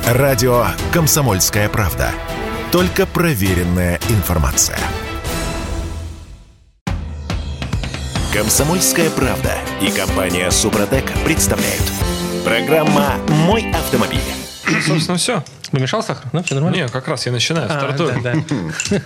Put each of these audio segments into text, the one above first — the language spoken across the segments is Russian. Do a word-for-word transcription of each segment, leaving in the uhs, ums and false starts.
Радио «Комсомольская правда». Только проверенная информация. «Комсомольская правда» и компания «Супротек» представляют. Программа «Мой автомобиль». Собственно, все. Помешал сахар? Ну, все нормально? Не, как раз я начинаю, стартую. Да, да.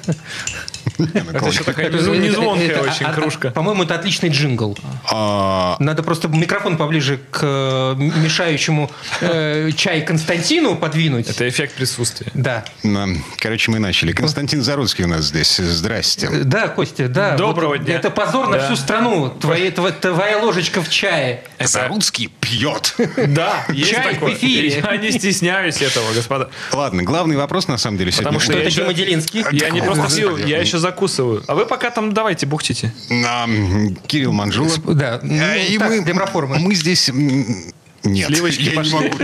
Это еще такая не звонкая очень кружка. По-моему, это отличный джингл. Надо просто микрофон поближе к мешающему чай Константину подвинуть. Это эффект присутствия. Да. Короче, мы начали. Константин Заруцкий у нас здесь. Здрасте. Да, Костя, да. Доброго дня. Это позор на всю страну. Твоя ложечка в чае. Заруцкий пьет. Да, есть Чай такое. в эфире. Я не стесняюсь этого, господа. Ладно, главный вопрос, на самом деле, сегодня. Потому что Что я это еще- Дима Делинский? Я не просто пью, Господи. я еще закусываю. А вы пока там давайте бухтите. А, Кирилл Манжула. Да. Ну, А, и так, мы, для проформы. мы здесь... м, Нет, Сливочки я не пошли. могу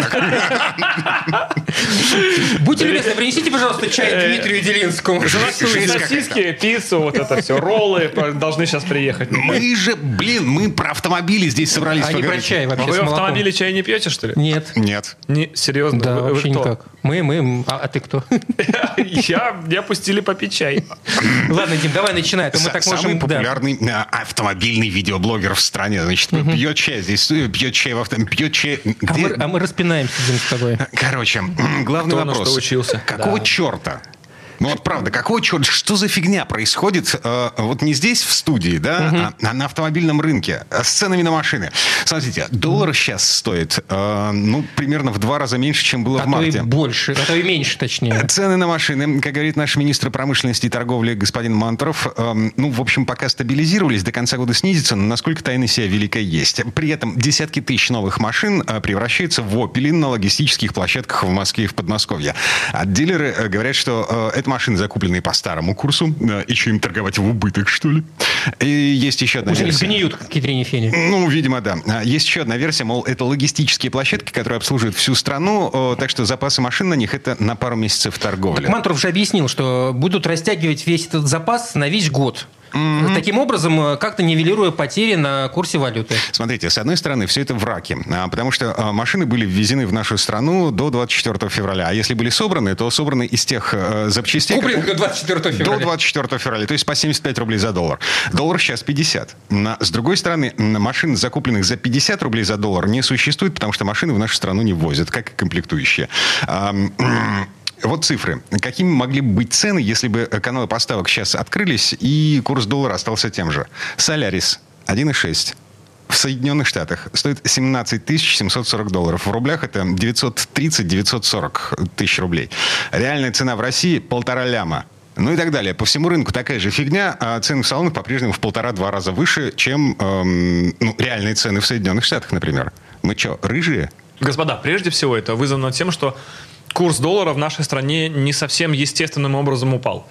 так. Будьте любезны, принесите, пожалуйста, чай Дмитрию Делинскому. Здравствуйте, сосиски, пиццу, вот это все, роллы должны сейчас приехать. Мы же, блин, мы про автомобили здесь собрались А не про поговорить. чай А вообще вы с в молоком. автомобиле чай не пьете, что ли? Нет. Нет. Не, серьезно? Да, Вы- вы вообще кто? никак. Мы, мы, а, а ты кто? Я, я пустили попить чай. Ладно, Дим, давай начинай, а то мы С- так Самый можем... да. популярный а, автомобильный видеоблогер в стране. Значит, пьет чай здесь, э, пьет чай в автомобиле, пьет чай... А Где? мы, а мы распинаемся, Дим, с тобой. Короче, м, главный Кто на вопрос. что учился? Какого черта? Ну вот правда, какого черта? Что за фигня происходит э, вот не здесь в студии, да, а, а на автомобильном рынке э, с ценами на машины? Смотрите, доллар сейчас стоит, э, ну, примерно в два раза меньше, чем было А в то и марте. больше, а то и меньше, точнее. Цены на машины, как говорит наш министр промышленности и торговли господин Мантуров, эм, ну, в общем, пока стабилизировались, до конца года снизится, но насколько тайна сия велика есть. При этом десятки тысяч новых машин э, превращаются в опели на логистических площадках в Москве и в Подмосковье. А дилеры э, говорят, что э, это машины, закупленные по старому курсу, э, и что им торговать в убыток, что ли? И есть еще одна Уже версия. гниют, как кедрине фени. Ну, видимо, да. А, Есть еще одна версия, мол, это логистические площадки, которые обслуживают всю страну, о, так что запасы машин на них это на пару месяцев торговли. Мантуров же объяснил, что будут растягивать весь этот запас на весь год. Таким образом, э, как-то нивелируя потери на курсе валюты. Смотрите, с одной стороны, все это в раке, а, потому что а, машины были ввезены в нашу страну до двадцать четвёртого февраля. А если были собраны, то собраны из тех э, запчастей... Куплены которые- до двадцать четвёртого февраля. До двадцать четвёртого февраля, то есть по семьдесят пять рублей за доллар. Доллар сейчас пятьдесят. На- С другой стороны, м, машин, закупленных за пятьдесят рублей за доллар, не существует, потому что машины в нашу страну не ввозят, как и комплектующие. А, м, Вот цифры. Какими могли бы быть цены, если бы каналы поставок сейчас открылись и курс доллара остался тем же? Солярис один и шесть. В Соединенных Штатах стоит семнадцать тысяч семьсот сорок долларов. В рублях это девятьсот тридцать - девятьсот сорок тысяч рублей. Реальная цена в России полтора ляма. Ну и так далее. По всему рынку такая же фигня, а цены в салонах по-прежнему в полтора-два раза выше, чем эм, ну, реальные цены в Соединенных Штатах, например. Мы что, рыжие? Господа, прежде всего это вызвано тем, что курс доллара в нашей стране не совсем естественным образом упал.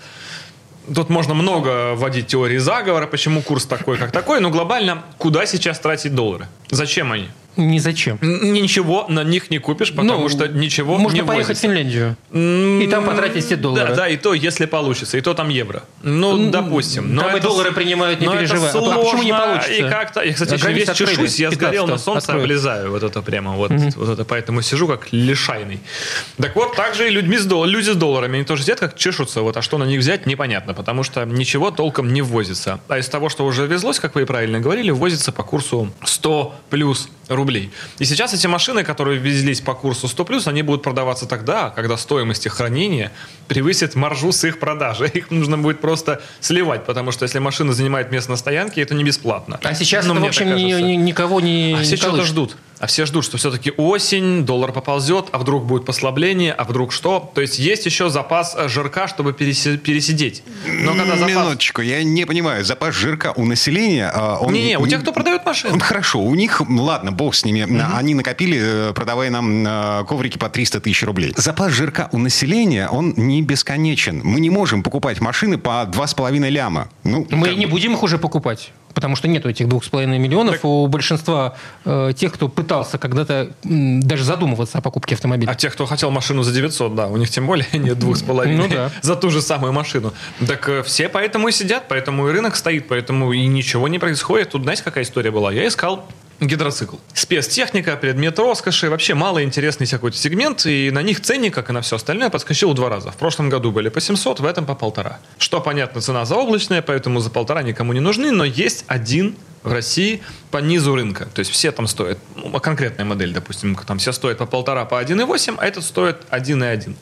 Тут можно много вводить теории заговора, почему курс такой, как такой, но глобально, куда сейчас тратить доллары? Зачем они? Ни зачем. Н- Ничего на них не купишь, потому Ну, что ничего Можно не поехать в возится. Финляндию. И там потратить все доллары. Да, да, и то, если получится, и то там евро. Ну, Ну, допустим. Но там и это доллары с- принимают, не но это переживай. А то- а сложно, почему не получится? И как-то, я, кстати, А еще границы весь чешусь, открыли, я сгорел на пятнадцатого солнце, откроют. облизаю вот это прямо, вот, вот это, поэтому сижу как лишайный. Так вот, также и людьми с дол- люди с долларами, они тоже сидят как чешутся, вот, а что на них взять, непонятно, потому что ничего толком не ввозится. А из того, что уже везлось, как вы и правильно говорили, ввозится по курсу сто плюс рублей. И сейчас эти машины, которые везлись по курсу сто плюс, они будут продаваться тогда, когда стоимость их хранения превысит маржу с их продажи. Их нужно будет просто сливать, потому что если машина занимает место на стоянке, это не бесплатно. А сейчас, Ну, это, в мне общем, так ни- кажется. ни- никого не А все не что-то колышет. ждут. А все ждут, что все-таки осень, доллар поползет, а вдруг будет послабление, а вдруг что. То есть есть еще запас э, жирка, чтобы переси- пересидеть. Но когда запас... Минуточку, я не понимаю, запас жирка у населения... а, он Не-не, у тех, кто продает машины. Он хорошо, у них, ладно, бог с ними, они накопили, э, продавая нам э, коврики по триста тысяч рублей. Запас жирка у населения, он не бесконечен. Мы не можем покупать машины по два с половиной ляма. Ну, Мы как не бы. будем их уже покупать. Потому что нету этих двух с половиной миллионов Так- у большинства э, тех, кто пытался когда-то м, даже задумываться о покупке автомобиля. А тех, кто хотел машину за девятьсот, да, у них тем более нет двух с половиной Ну да. за ту же самую машину. Так э, все поэтому и сидят, поэтому и рынок стоит, поэтому и ничего не происходит. Тут, знаете, какая история была? Я искал Гидроцикл. Спецтехника, предмет роскоши. Вообще малоинтересный какой-то сегмент. И на них ценник, как и на все остальное, подскочил в два раза. В прошлом году были по семьсот, в этом по полтора. Что понятно, цена заоблачная, поэтому за полтора никому не нужны. Но есть один в России по низу рынка. То есть все там стоят, ну, конкретная модель, допустим, там все стоят по полтора, по один и восемь, а этот стоит один и один.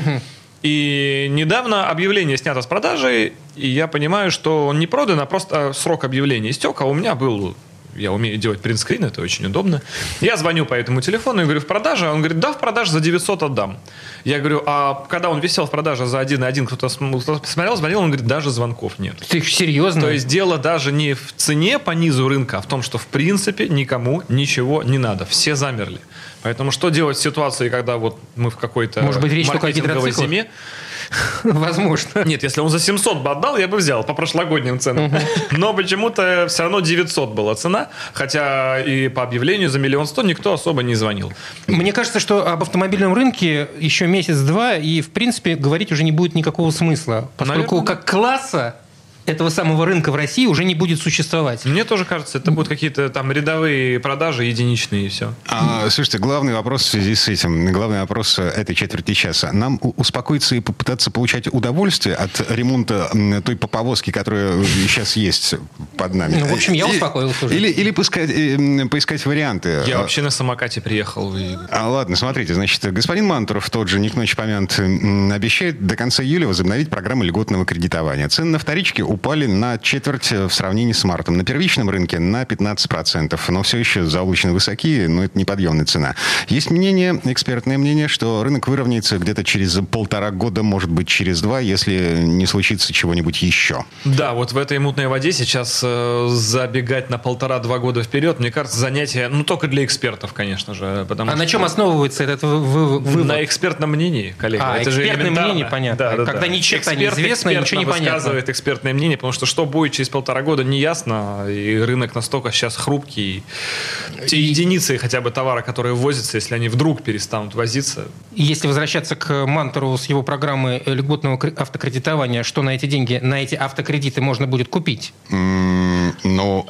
И недавно объявление снято с продажи, и я понимаю, что он не продан, а просто срок объявления истек, а у меня был... Я умею делать принтскрин, это очень удобно. Я звоню по этому телефону и говорю, в продаже? Он говорит, да, в продаже за девятьсот отдам. Я говорю, а когда он висел в продаже за один и один, кто-то смотрел, звонил, он говорит, даже звонков нет. Ты серьезно? То есть дело даже не в цене по низу рынка, а в том, что в принципе никому ничего не надо. Все замерли. Поэтому что делать в ситуации, когда вот мы в какой-то Может быть, речь только о маркетинговой зиме? Возможно. Нет, если он за семьсот бы отдал, я бы взял по прошлогодним ценам. Uh-huh. Но почему-то все равно девятьсот была цена, хотя и по объявлению за миллион сто никто особо не звонил. Мне кажется, что об автомобильном рынке еще месяц-два, и, в принципе, говорить уже не будет никакого смысла, поскольку Наверное, как класса этого самого рынка в России уже не будет существовать. Мне тоже кажется, это будут какие-то там рядовые продажи, единичные, и все. А, слушайте, главный вопрос в связи с этим, главный вопрос этой четверти часа. Нам успокоиться и попытаться получать удовольствие от ремонта той повозки, которая сейчас есть под нами. Ну, в общем, я успокоился уже. Или, или поискать, поискать варианты. Я вообще на самокате приехал. И... А, ладно, смотрите, значит, господин Мантуров, тот же, не к ночи помянут, обещает до конца июля возобновить программу льготного кредитования. Цены на вторичке упали на четверть в сравнении с мартом. На первичном рынке на пятнадцать процентов. Но все еще заоблачно высокие, но это неподъемная цена. Есть мнение, экспертное мнение, что рынок выровняется где-то через полтора года, может быть, через два, если не случится чего-нибудь еще. Да, вот в этой мутной воде сейчас э, забегать на полтора-два года вперед, мне кажется, занятие, ну, только для экспертов, конечно же. Потому а что... на чем основывается этот вывод? На экспертном мнении, коллега. А, это же экспертное мнение, понятно. Да, да, Когда да. ни черта не известно, ничего не понятно. Высказывает экспертное мнение, потому что что будет через полтора года, не ясно, и рынок настолько сейчас хрупкий. Те и... единицы хотя бы товара, которые ввозятся, если они вдруг перестанут возиться. И если возвращаться к Мантуру с его программы льготного автокредитования, что на эти деньги, на эти автокредиты можно будет купить? Mm, ну,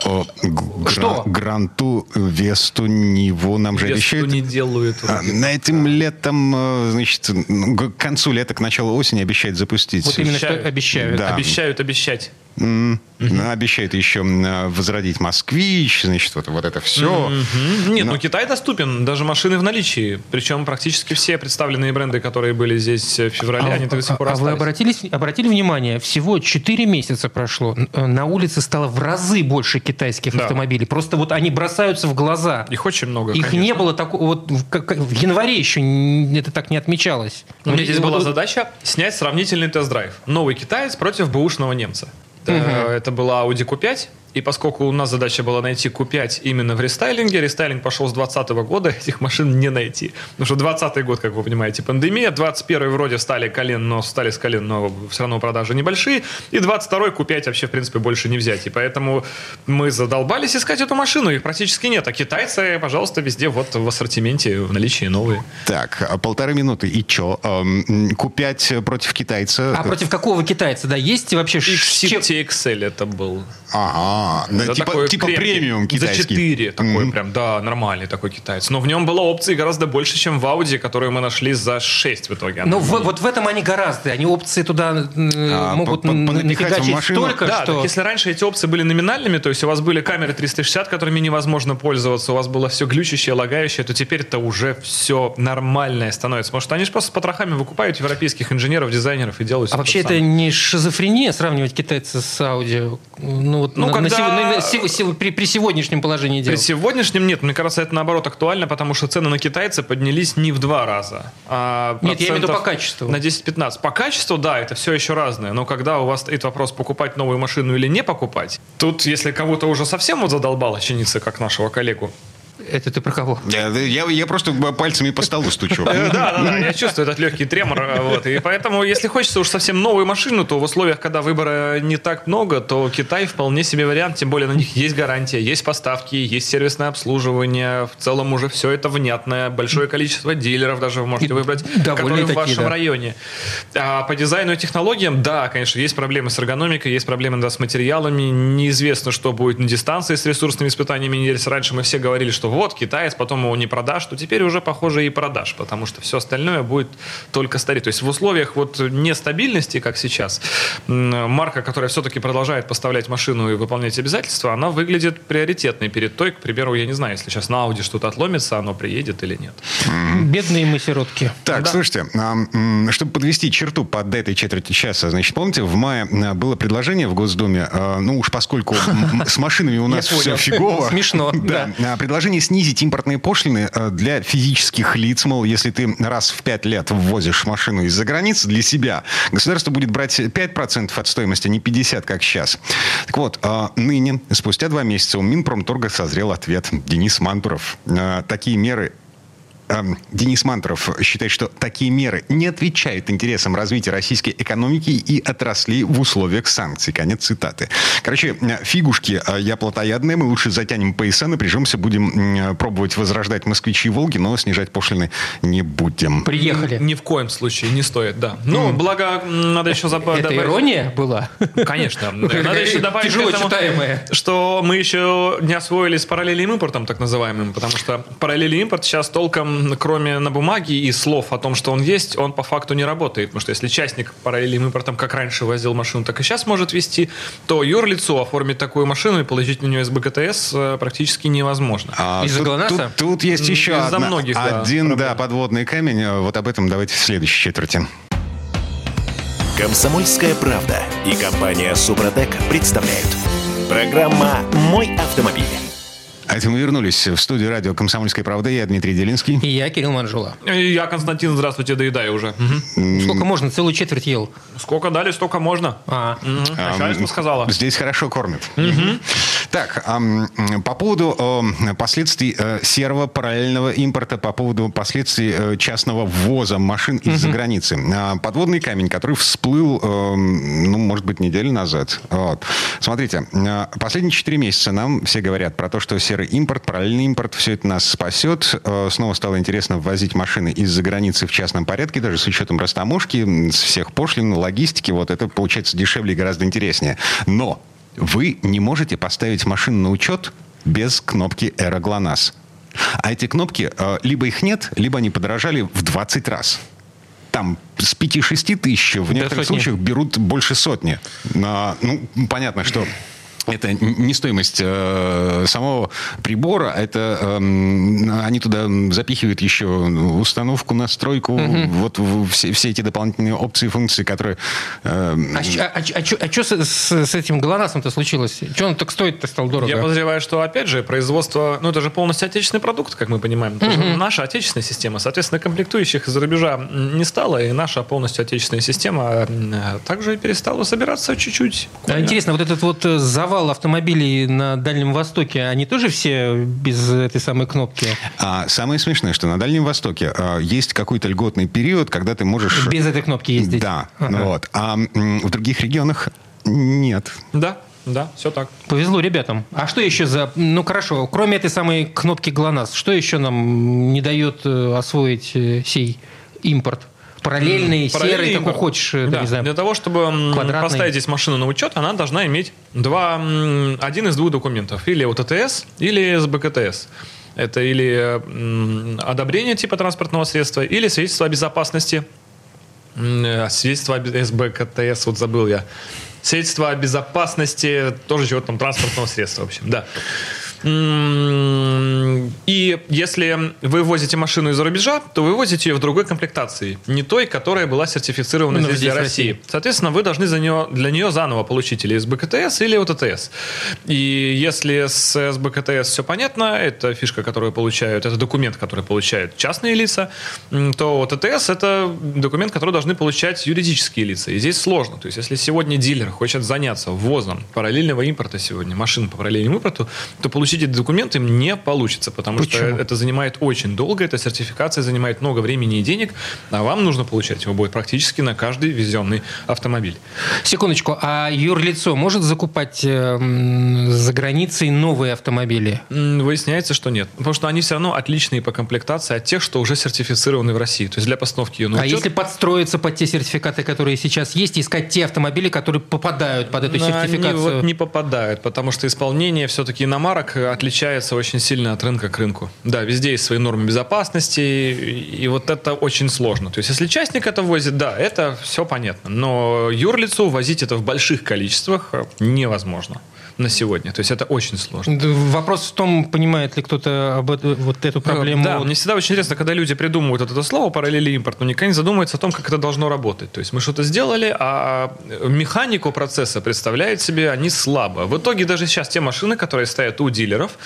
что? Гранту, Весту, Ниву нам же Весту обещают. не делают. А, на этим летом, значит, к концу лета, к началу осени обещают запустить. Вот именно что обещают. Да. Обещают обещать. Mm. Mm-hmm. Обещают еще возродить «Москвич», значит, вот, вот это все. Mm-hmm. Нет, Но... ну Китай доступен, даже машины в наличии. Причем практически все представленные бренды, которые были здесь в феврале, а, они до сих пор а, остались. А вы обратились, обратили внимание, всего четыре месяца прошло, на улице стало в разы больше китайских да. автомобилей. Просто вот они бросаются в глаза. Их очень много, Их конечно. не было такого, вот в, в январе еще это так не отмечалось. У меня здесь вот, была вот... задача снять сравнительный тест-драйв. Новый китаец против бэушного немца. Угу. Это была Audi кью пять. И поскольку у нас задача была найти кью пять именно в рестайлинге, рестайлинг пошел с двадцатого года, этих машин не найти. Потому что двадцатый год, как вы понимаете, пандемия, двадцать первый вроде встали колен, но встали с колен, но все равно продажи небольшие, и двадцать второй кью пять вообще, в принципе, больше не взять. И поэтому мы задолбались искать эту машину, их практически нет. А китайцы, пожалуйста, везде вот в ассортименте, в наличии новые. Так, полторы минуты, и что? кью пять против китайца? А против какого китайца, да? Есть вообще... ти икс эл это был. Ага. Да, типа типа премиум китайский. За четыре такой mm-hmm. прям, да, нормальный такой китаец. Но в нем было опций гораздо больше, чем в Audi, которую мы нашли за шесть в итоге. Ну вот в этом они гораздо. Они опции туда а, могут нафигачить столько, да, что... Так, если раньше эти опции были номинальными, то есть у вас были камеры триста шестьдесят, которыми невозможно пользоваться, у вас было все глючащее, лагающее, то теперь это уже все нормальное становится. Потому что они же просто с потрохами выкупают европейских инженеров, дизайнеров и делают... А вообще это не шизофрения сравнивать китайца с Audi? Ну, вот ну на, когда... на, на, при, при сегодняшнем положении дел. При сегодняшнем нет. Мне кажется, это наоборот актуально, потому что цены на китайца поднялись не в два раза. А нет, я имею в виду по качеству. На десять-пятнадцать. По качеству, да, это все еще разное. Но когда у вас стоит вопрос, покупать новую машину или не покупать, тут, если кого-то уже совсем вот задолбало чиниться, как нашего коллегу, Это ты про кого? Я, я, я просто пальцами по столу стучу. Да, да, да, я чувствую этот легкий тремор. Вот. И поэтому, если хочется уж совсем новую машину, то в условиях, когда выбора не так много, то Китай вполне себе вариант. Тем более на них есть гарантия, есть поставки, есть сервисное обслуживание. В целом уже все это внятное. Большое количество дилеров даже вы можете выбрать, которые в вашем да. районе. А по дизайну и технологиям, да, конечно, есть проблемы с эргономикой, есть проблемы да, с материалами. Неизвестно, что будет на дистанции с ресурсными испытаниями. Раньше мы все говорили, что вот, китаец, потом его не продашь, то теперь уже, похоже, и продашь, потому что все остальное будет только стареть. То есть в условиях вот нестабильности, как сейчас, марка, которая все-таки продолжает поставлять машину и выполнять обязательства, она выглядит приоритетной перед той, к примеру, я не знаю, если сейчас на Audi что-то отломится, оно приедет или нет. Бедные мы сиротки. Так, да. Слушайте, чтобы подвести черту под этой четверти часа, значит, помните, в мае было предложение в Госдуме, ну уж поскольку с машинами у нас все фигово. Смешно, да. Предложение снизить импортные пошлины для физических лиц, мол, если ты раз в пять лет ввозишь машину из-за границы для себя, государство будет брать пять процентов от стоимости, а не пятьдесят процентов, как сейчас. Так вот, ныне, спустя два месяца, у Минпромторга созрел ответ. Денис Мантуров. Такие меры... Денис Мантуров считает, что такие меры не отвечают интересам развития российской экономики и отраслей в условиях санкций. Конец цитаты. Короче, фигушки, я плотоядная, мы лучше затянем пояса, напряжемся, будем пробовать возрождать москвичи и Волги, но снижать пошлины не будем. Приехали. Ни в коем случае не стоит, да. Ну, благо, надо еще добавить... Это ирония была? Конечно. Надо еще добавить тяжело читаемое, что мы еще не освоились с параллельным импортом, так называемым, потому что параллельный импорт сейчас толком кроме на бумаге и слов о том, что он есть, он по факту не работает. Потому что если частник параллельным импортом как раньше возил машину, так и сейчас может вести, то юрлицу оформить такую машину и получить на нее эс бэ ка тэ эс практически невозможно. А, Из-за ГЛОНАССа? Тут, тут есть еще Из-за одна, многих, один да, да, подводный камень. Вот об этом давайте в следующей четверти. «Комсомольская правда» и компания «Супротек» представляют. Программа «Мой автомобиль». А это мы вернулись в студию радио «Комсомольская правда». Я Дмитрий Делинский. И я Кирилл Манжула. И я Константин, здравствуйте, доедаю уже. Угу. Сколько можно? Целую четверть ел. Сколько дали, столько можно. А. Угу. Начальство а, сказала. Здесь хорошо кормят. Угу. Так, по поводу последствий серого параллельного импорта, по поводу последствий частного ввоза машин из-за угу. границы. Подводный камень, который всплыл, ну, может быть, неделю назад. Вот. Смотрите, последние четыре месяца нам все говорят про то, что серый импорт, параллельный импорт, все это нас спасет. Снова стало интересно ввозить машины из-за границы в частном порядке, даже с учетом растаможки, с всех пошлин, логистики. Вот это получается дешевле и гораздо интереснее. Но вы не можете поставить машину на учет без кнопки «Эра ГЛОНАСС». А эти кнопки, либо их нет, либо они подорожали в двадцать раз. Там с пяти-шести тысяч в некоторых случаях берут больше сотни. Ну, понятно, что... Это не стоимость э, самого прибора, это э, они туда запихивают еще установку, настройку, угу. вот в, все, все эти дополнительные опции, функции, которые... Э, а а, а, а, а что с, с, с этим ГЛОНАССом-то случилось? Что он так стоит-то стал дорого? Я подозреваю, что, опять же, производство... Ну, это же полностью отечественный продукт, как мы понимаем. Это угу. же наша отечественная система. Соответственно, комплектующих из-за рубежа не стало, и наша полностью отечественная система также перестала собираться чуть-чуть. А интересно, вот этот вот завал автомобилей на Дальнем Востоке, они тоже все без этой самой кнопки? А самое смешное, что на Дальнем Востоке а, есть какой-то льготный период, когда ты можешь... Без этой кнопки ездить? Да. Ага. Вот. А м, в других регионах нет. Да. Да, все так. Повезло ребятам. А что еще за... Ну, хорошо, кроме этой самой кнопки ГЛОНАСС, что еще нам не дает освоить сей импорт? Параллельный, серый, как хочешь. Да. Не знаю, для того, чтобы квадратный. Поставить здесь машину на учет, она должна иметь два, один из двух документов. Или о тэ тэ эс, или эс бэ ка тэ эс. Это или одобрение типа транспортного средства, или свидетельство о безопасности. Свидетельство о эс бэ ка тэ эс, вот забыл я. Свидетельство о безопасности тоже чего-то там транспортного средства, в общем, да. И если вы возите машину из-за рубежа, то вы возите ее в другой комплектации, не той, которая была сертифицирована ну, здесь для России. России. Соответственно, вы должны за нее, для нее заново получить или эс бэ ка тэ эс, или о тэ тэ эс. И если с эс бэ ка тэ эс все понятно, это фишка, которую получают, это документ, который получают частные лица, то о тэ тэ эс – это документ, который должны получать юридические лица. И здесь сложно. То есть, если сегодня дилер хочет заняться ввозом параллельного импорта сегодня, машин по параллельному импорту, то получить получить эти документы не получится, потому Почему? что это занимает очень долго, эта сертификация занимает много времени и денег, а вам нужно получать его будет практически на каждый везенный автомобиль. Секундочку, а юрлицо может закупать э, за границей новые автомобили? Выясняется, что нет, потому что они все равно отличные по комплектации от тех, что уже сертифицированы в России, то есть для постановки ее на учет. А если подстроиться под те сертификаты, которые сейчас есть, искать те автомобили, которые попадают под эту сертификацию? Они вот не попадают, потому что исполнение все-таки иномарок отличается очень сильно от рынка к рынку. Да, везде есть свои нормы безопасности, и вот это очень сложно. То есть если частник это возит, да, это все понятно, но юрлицу возить это в больших количествах невозможно на сегодня. То есть это очень сложно. Вопрос в том, понимает ли кто-то об эту, вот эту проблему. Да, мне всегда очень интересно, когда люди придумывают вот это слово параллельный импорт, но никогда не задумываются о том, как это должно работать. То есть мы что-то сделали, а механику процесса представляют себе они слабо. В итоге даже сейчас те машины, которые стоят у дилеров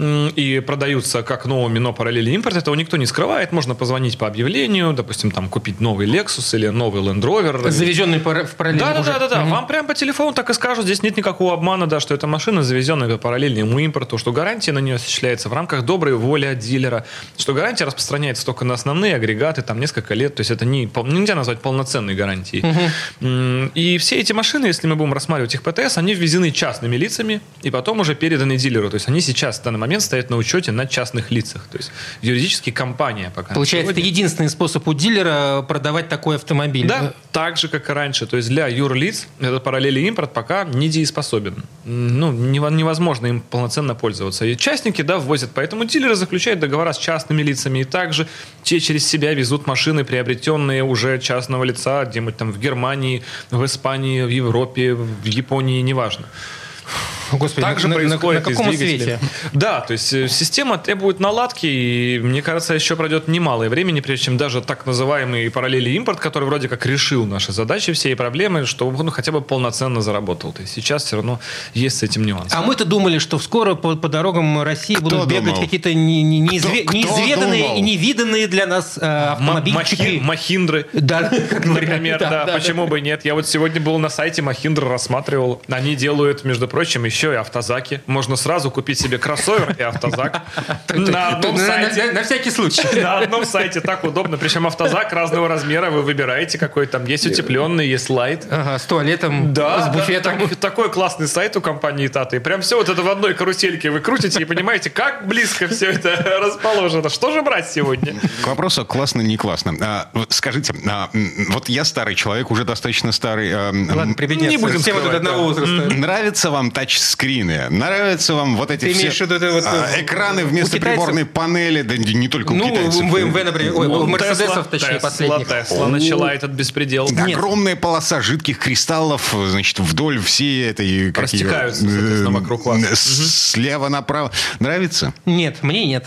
и продаются как новыми, но параллельный импорт, этого никто не скрывает. Можно позвонить по объявлению, допустим, там купить новый Lexus или новый Land Rover. Завезенный в параллельный. Да, уже. да, да, да. Угу. Вам прямо по телефону так и скажут, здесь нет никакого обмана, да, что это машина, завезенная по параллельному импорту, что гарантия на нее осуществляется в рамках доброй воли от дилера, что гарантия распространяется только на основные агрегаты, там несколько лет, то есть это не, нельзя назвать полноценной гарантией. Угу. И все эти машины, если мы будем рассматривать их ПТС, они ввезены частными лицами и потом уже переданы дилеру, то есть они сейчас в данный момент стоят на учете на частных лицах, то есть юридически компания пока. Получается, сегодня... это единственный способ у дилера продавать такой автомобиль. Да, так же, как и раньше, то есть для юрлиц этот параллельный импорт пока недееспособен. Ну, невозможно им полноценно пользоваться. И частники, да, ввозят, поэтому дилеры заключают договора с частными лицами, и также те через себя везут машины, приобретенные уже частного лица, где-нибудь там в Германии, в Испании, в Европе, в Японии, неважно. Господи, Также на, происходит на, на каком из свете? Да, то есть система требует наладки, и мне кажется, еще пройдет немалое времени, прежде чем даже так называемый параллельный импорт, который вроде как решил наши задачи, все и проблемы, чтобы он хотя бы полноценно заработал. То есть сейчас все равно есть с этим нюанс. А мы-то думали, что скоро по, по дорогам России кто будут бегать думал? какие-то не, не, неизве, кто, кто неизведанные думал? и невиданные для нас э, автомобильчики. Махи, махиндры, да, например, да, да, да, почему да. бы нет. Я вот сегодня был на сайте Махиндра, рассматривал. Они делают, между прочим, еще и автозаки. Можно сразу купить себе кроссовер и автозак на одном сайте. На всякий случай. На одном сайте так удобно. Причем автозак разного размера. Вы выбираете, какой там есть утепленный, есть лайт. Ага, с туалетом, да, с буфетом. Да, так, такой классный сайт у компании Tata. И прям все вот это в одной карусельке вы крутите и понимаете, как близко все это расположено. Что же брать сегодня? К вопросу классно, не классно. А, вот скажите, а, вот я старый человек, уже достаточно старый. А, Ладно, прибедняться. Не будем все вот от одного возраста. Нравятся вам тачскрины? Нравятся вам вот эти Ты все виду, это вот, а, экраны вместо приборной панели? Да не только ну, у китайцев. Ну, в эм вэ, например. Ой, у Мерседесов, точнее, Тесла, последних. Тесла начала этот беспредел. Огромная полоса жидких кристаллов, значит, вдоль всей этой... Растекаются, соответственно, вокруг вас. Слева направо. Нравится? Нет, мне нет.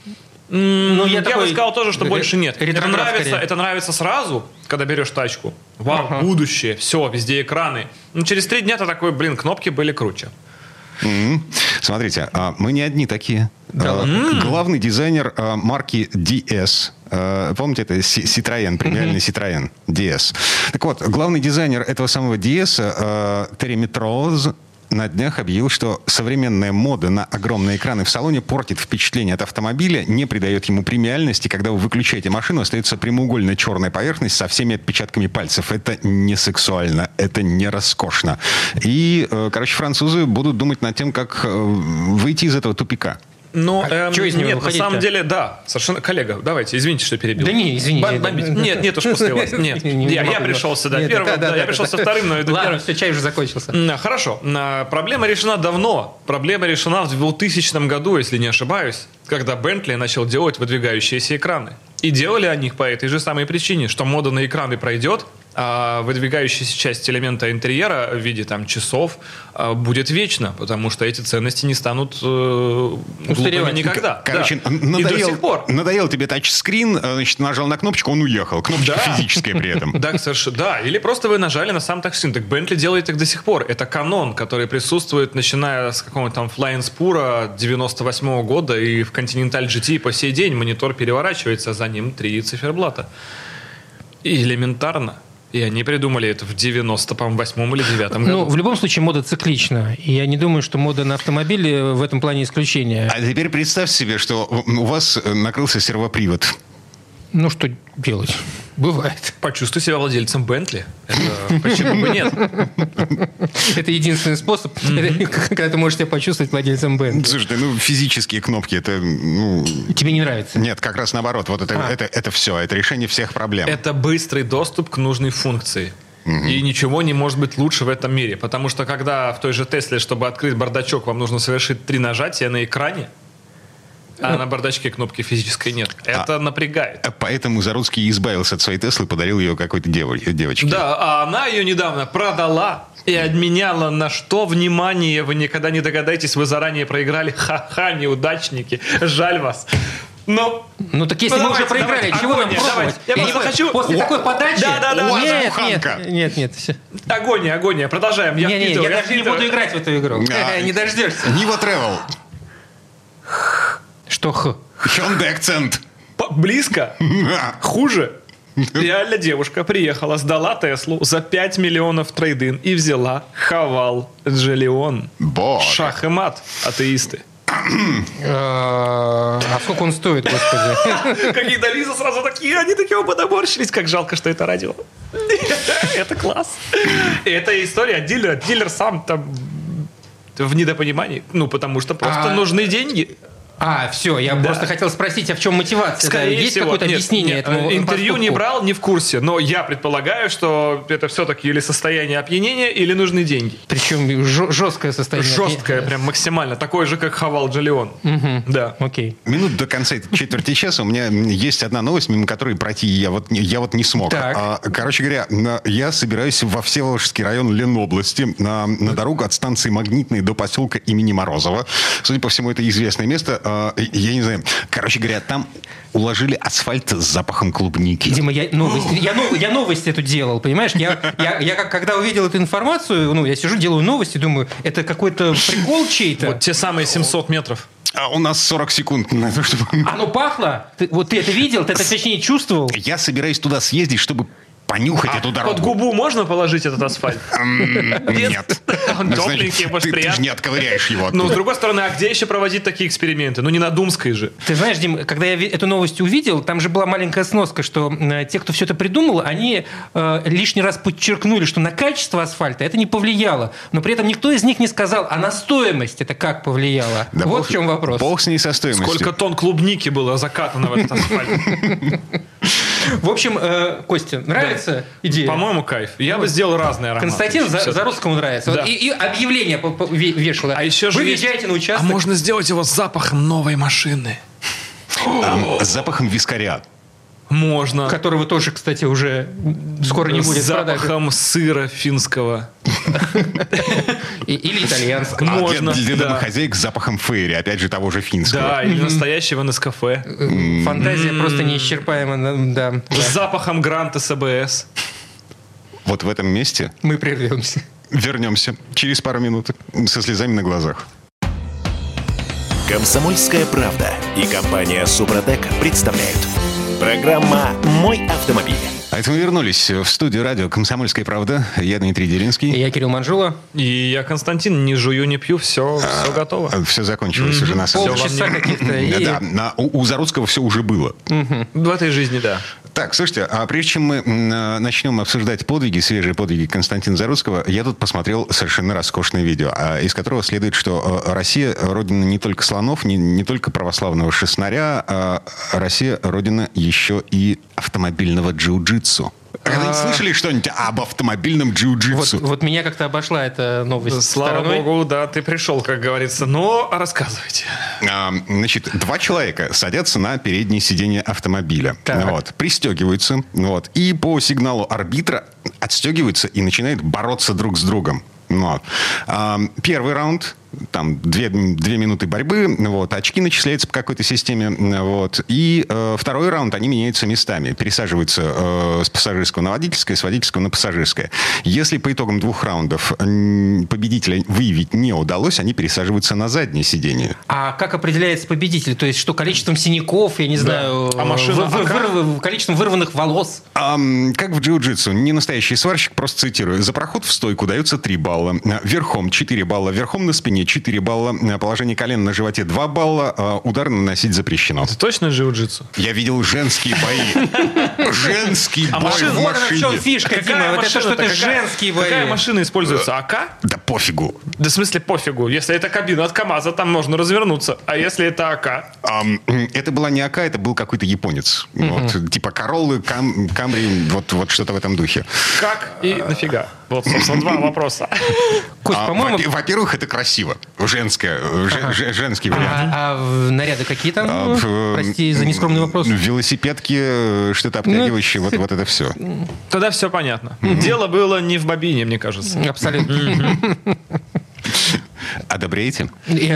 Ну, я, я бы сказал тоже, что больше нет. Это нравится, скорее. это нравится сразу, когда берешь тачку. Вау, ага. будущее, все, везде экраны. Ну, через три дня ты такой, блин, кнопки были круче. Mm-hmm. Смотрите, мы не одни такие. Да, mm-hmm. Главный дизайнер марки ди эс, помните, это Citroën, премиальный mm-hmm. Citroën ди эс. Так вот, главный дизайнер этого самого ди эс, Терри Метроуз, на днях объявил, что современная мода на огромные экраны в салоне портит впечатление от автомобиля, не придает ему премиальности. Когда вы выключаете машину, остается прямоугольная черная поверхность со всеми отпечатками пальцев. Это не сексуально, это не роскошно. И, короче, французы будут думать над тем, как выйти из этого тупика. Ну, а эм, что из него нет, на самом деле, да, совершенно, коллега, давайте, извините, что перебил. Да не, извините. Бом- бомбить. Нет, нет уж после вас. Нет, я, я пришел сюда первым, да, да, я пришел со вторым, но иду Ладно, первым. все, чай уже закончился. Хорошо, проблема решена давно. Проблема решена в двухтысячном году, если не ошибаюсь, когда Bentley начал делать выдвигающиеся экраны. И делали они их по этой же самой причине, что мода на экраны пройдет, а выдвигающаяся часть элемента интерьера в виде там, часов а, будет вечно, потому что эти ценности не станут э, глупыми никогда. Короче, да. надоел, И до сих пор. надоел тебе тачскрин, значит, нажал на кнопочку, он уехал. Кнопочка да. физическая при этом. Да, совершенно. Да, или просто вы нажали на сам тачскрин. Так Bentley делает их до сих пор. Это канон, который присутствует, начиная с какого-то там Flying Spur девяносто восьмого года, и в Continental джи ти по сей день монитор переворачивается, за ним три циферблата. И элементарно. И они придумали это в девяносто восьмом или девятом году. Ну, в любом случае, мода циклична. И я не думаю, что мода на автомобили в этом плане исключение. А теперь представьте себе, что у вас накрылся сервопривод. Ну, что делать? Бывает. Почувствуй себя владельцем Бентли. Это почему бы нет? Это единственный способ, когда ты можешь себя почувствовать владельцем Бентли. Слушай, ну физические кнопки, это... Ну... Тебе не нравится? Нет, как раз наоборот. Вот это, а. это, это все, это решение всех проблем. Это быстрый доступ к нужной функции. Mm-hmm. И ничего не может быть лучше в этом мире. Потому что когда в той же Тесле, чтобы открыть бардачок, вам нужно совершить три нажатия на экране, а на бардачке кнопки физической нет. Это а, напрягает. Поэтому Заруцкий избавился от своей Теслы, подарил ее какой-то дев- девочке. Да, а она ее недавно продала и обменяла на что? Внимание, вы никогда не догадаетесь, вы заранее проиграли. Ха-ха, неудачники. Жаль вас. Но... Ну так если ну, мы давайте, уже проиграли, давайте, чего агония, нам пробовать? Я просто хочу... После О, такой подачи... Да, да, да. Нет, нет, нет, нет, все. Агония, агония. Продолжаем. Я, не, не, я, я я даже не буду играть в эту игру. А, не дождешься. Нива Travel. Что х? Hyundai акцент. Близко. Хуже. Реально девушка приехала, сдала Теслу за пять миллионов трейд-ин и взяла Хавал Джолион. Шах и мат, атеисты. А сколько он стоит, господи? Какие-то Лиза сразу такие, они такие подоборщились. Как жалко, что это радио. Это класс. Это история дилера. Дилер сам там в недопонимании. Ну, потому что просто нужны деньги. А, все, я да. просто хотел спросить, а в чем мотивация? Скорее да? Есть всего, какое-то нет, объяснение нет, этому интервью поступку? Не брал, не в курсе, но я предполагаю, что это все-таки или состояние опьянения, или нужны деньги. Причем жесткое состояние. Жесткое, прям максимально. Такое же, как Хавал Джолион. Угу. Да. Окей. Минут до конца этой четверти часа у меня есть одна новость, мимо которой пройти я вот, я вот не смог. А, короче говоря, я собираюсь во Всеволожский район Ленобласти на, на дорогу от станции Магнитной до поселка имени Морозова. Судя по всему, это известное место. Я не знаю. Короче говоря, там уложили асфальт с запахом клубники. Дима, я новость, я, нов, я новость эту делал, понимаешь? Я, я, я когда увидел эту информацию, ну, я сижу, делаю новости, думаю, это какой-то прикол чей-то. Вот те самые семьсот метров. А у нас сорок секунд на то, чтобы... Оно пахло? Ты, вот ты это видел? Ты это, точнее, чувствовал? Я собираюсь туда съездить, чтобы... понюхать а эту дорогу. Под губу можно положить этот асфальт? Нет. Он тепленький, может, приятно. Ты же не отковыряешь его. Ну, с другой стороны, а где еще проводить такие эксперименты? Ну, не на Думской же. Ты знаешь, Дим, когда я эту новость увидел, там же была маленькая сноска, что те, кто все это придумал, они э, лишний раз подчеркнули, что на качество асфальта это не повлияло. Но при этом никто из них не сказал, а на стоимость это как повлияло. Да вот бог, в чем вопрос. Бог с ней со стоимостью. Сколько тонн клубники было закатано в этот асфальт. В общем, э, Костя, нравится да. идея? По-моему, кайф. Я ну, бы сделал разные ароматы. Константин за, Заруцкому нравится. Да. Вот, и, и объявление вешал. А еще Вы въезжаете на участок. А можно сделать его с запахом новой машины. С запахом вискаря. Можно. Которого тоже, кстати, уже скоро не будет. С запахом сыра финского. Или итальянского. Можно. Для домохозяек с запахом фейри, опять же, того же финского. Да, или настоящего Нескафе. Фантазия просто неисчерпаема. Да. С запахом Гранта СБС. Вот в этом месте мы прервемся. Вернемся через пару минут со слезами на глазах. «Комсомольская правда» и компания «Супротек» представляют. Программа «Мой автомобиль». А это мы вернулись в студию радио «Комсомольская правда». Я Дмитрий Делинский. Я Кирилл Манжула. И я Константин. Не жую, не пью. Все, а, все готово. Все закончилось mm-hmm. уже на самом деле. Полчаса каких-то. И... Да, да. У, у Заруцкого все уже было. Mm-hmm. В этой жизни, да. Так, слушайте, а прежде чем мы начнем обсуждать подвиги, свежие подвиги Константина Заруцкого, я тут посмотрел совершенно роскошное видео, из которого следует, что Россия родина не только слонов, не, не только православного шестнаря, а Россия родина еще и автомобильного джиу-джитсу. Когда-нибудь слышали что-нибудь об автомобильном джиу-джитсу? Вот, вот меня как-то обошла эта новость. Слава стороной. богу, да, ты пришел, как говорится. Но рассказывайте. А, значит, два человека садятся на переднее сиденье автомобиля. Вот, пристегиваются. Вот, и по сигналу арбитра отстегиваются и начинают бороться друг с другом. Вот. А, первый раунд там две, две минуты борьбы, вот, очки начисляются по какой-то системе, вот, и э, второй раунд, они меняются местами, пересаживаются э, с пассажирского на водительское, с водительского на пассажирское. Если по итогам двух раундов э, победителя выявить не удалось, они пересаживаются на заднее сиденье. А как определяется победитель? То есть что, количеством синяков, я не да. знаю, а машина, вы, вы, вырв, количеством вырванных волос? А, как в джиу-джитсу, не настоящий сварщик, просто цитирую, за проход в стойку дается три балла, верхом четыре балла, верхом на спине четыре балла, положение колена на животе два балла, удар наносить запрещено. Это точно джиу-джитсу? Я видел женские бои. Женский бой в машине. Вот в чем фишка, Дима, вот это что это женские бои. Какая машина используется? АК? Да пофигу. Да в смысле пофигу. Если это кабина от КамАЗа, там можно развернуться. А если это АК? Это была не АК, это был какой-то японец. Типа Короллы, Камри, вот что-то в этом духе. Как и нафига? Вот, собственно, два вопроса. Кость, а, по-моему... Во-первых, это красиво. Женское, ага. ж, женский вариант. А, а наряды какие там? А, в, Прости за нескромный вопрос. Велосипедки, что-то обтягивающее, ну, вот, вот это все. Тогда все понятно. Mm-hmm. Дело было не в бобине, мне кажется. Абсолютно. Mm-hmm. Одобряете?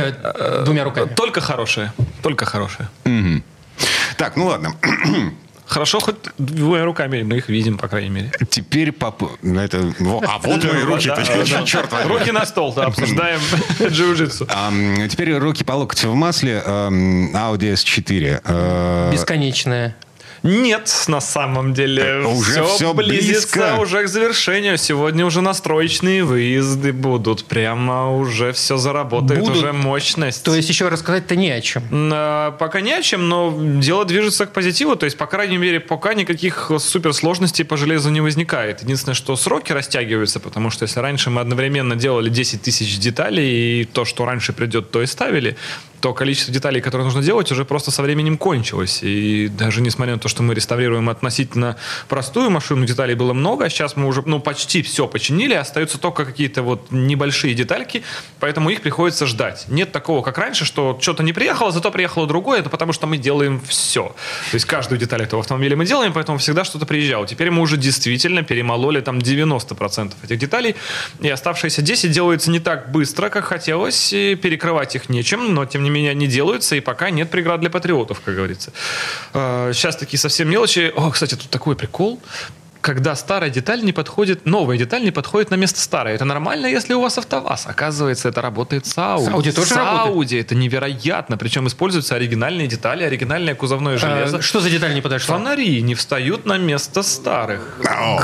Я, двумя руками. Только хорошее. Только хорошее. Mm-hmm. Так, ну ладно. Хорошо, хоть двумя руками мы их видим, по крайней мере. Теперь папа... Это... А вот мои руки. Черт возьми. Руки на стол, да, обсуждаем джиу-джитсу. Теперь руки по локоть в масле. Audi эс четыре. Бесконечная. Нет, на самом деле уже все, все близится близко. уже к завершению. Сегодня уже настроечные выезды будут. Прямо уже все заработает, будут. Уже мощность. То есть еще рассказать-то не о чем? А, пока не о чем, но дело движется к позитиву. То есть, по крайней мере, пока никаких суперсложностей по железу не возникает. Единственное, что сроки растягиваются, потому что если раньше мы одновременно делали десять тысяч деталей, и то, что раньше придет, то и ставили, то количество деталей, которые нужно делать, уже просто со временем кончилось. И даже несмотря на то, что мы реставрируем относительно простую машину, деталей было много, а сейчас мы уже ну, почти все починили, остаются только какие-то вот небольшие детальки, поэтому их приходится ждать. Нет такого, как раньше, что что-то не приехало, зато приехало другое, это потому что мы делаем все. То есть каждую деталь этого автомобиля мы делаем, поэтому всегда что-то приезжало. Теперь мы уже действительно перемололи там девяносто процентов этих деталей, и оставшиеся десять делаются не так быстро, как хотелось, и перекрывать их нечем, но тем не менее они делаются, и пока нет преград для патриотов, как говорится. Сейчас такие совсем мелочи. О, кстати, тут такой прикол. Когда старая деталь не подходит, новая деталь не подходит на место старой. Это нормально, если у вас АвтоВАЗ. Оказывается, это работает с Audi. С Audi тоже с работает? Audi. Это невероятно. Причем используются оригинальные детали, оригинальное кузовное железо. А, что за деталь не подошла? Фонари не встают на место старых.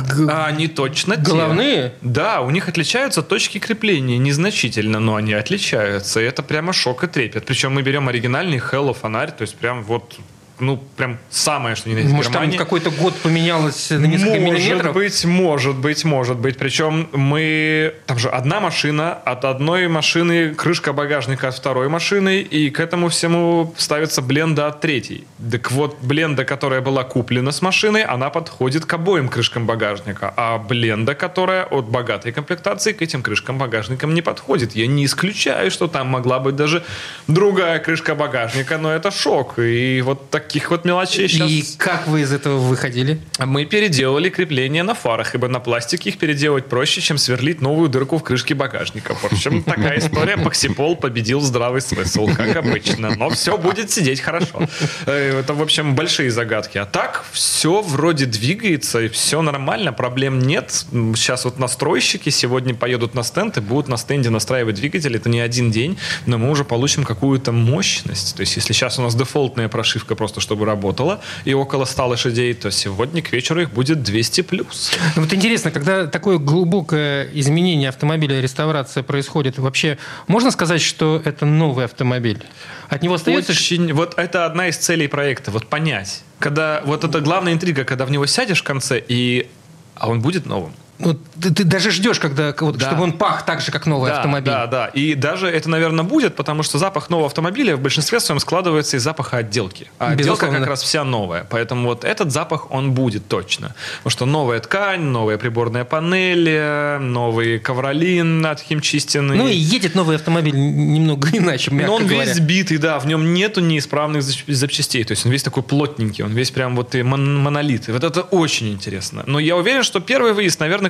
А они точно те. Головные? Да, у них отличаются точки крепления незначительно, но они отличаются. И это прямо шок и трепет. Причем мы берем оригинальный Hello фонарь, то есть прям вот... Ну, прям самое, что не на Может, там в какой-то год поменялось на несколько может миллиметров? Может быть, может быть, может быть. Причем мы... Там же одна машина, от одной машины крышка багажника от второй машины, и к этому всему ставится бленда от третьей. Так вот, бленда, которая была куплена с машиной, она подходит к обоим крышкам багажника. А бленда, которая от богатой комплектации, к этим крышкам багажникам не подходит. Я не исключаю, что там могла быть даже другая крышка багажника, но это шок. И вот так таких вот мелочей сейчас. И как вы из этого выходили? Мы переделали крепление на фарах, ибо на пластике их переделать проще, чем сверлить новую дырку в крышке багажника. В общем, такая история. Поксипол победил здравый смысл, как обычно. Но все будет сидеть хорошо. Это, в общем, большие загадки. А так, все вроде двигается, и все нормально, проблем нет. Сейчас вот настройщики сегодня поедут на стенд и будут на стенде настраивать двигатель. Это не один день, но мы уже получим какую-то мощность. То есть, если сейчас у нас дефолтная прошивка просто чтобы работала, и около ста лошадей, то сегодня к вечеру их будет двести плюс. Ну, вот интересно, когда такое глубокое изменение автомобиля, реставрация происходит, вообще можно сказать, что это новый автомобиль? От него остается... Очень... Вот это одна из целей проекта, вот понять. Когда... Вот это главная интрига, когда в него сядешь в конце, и... а он будет новым. Ну, ты, ты даже ждешь, когда, вот, да. чтобы он пах так же, как новый да, автомобиль. Да, да. И даже это, наверное, будет, потому что запах нового автомобиля в большинстве своем складывается из запаха отделки. А отделка Безусловно. Как раз вся новая. Поэтому вот этот запах, он будет точно. Потому что новая ткань, новая приборная панель, новый ковролин отхимчистенный. Ну и едет новый автомобиль немного иначе, мягко Но он говоря. весь битый, да. В нем нету неисправных запчастей. То есть он весь такой плотненький. Он весь прям вот и мон- монолит. И вот это очень интересно. Но я уверен, что первый выезд, наверное,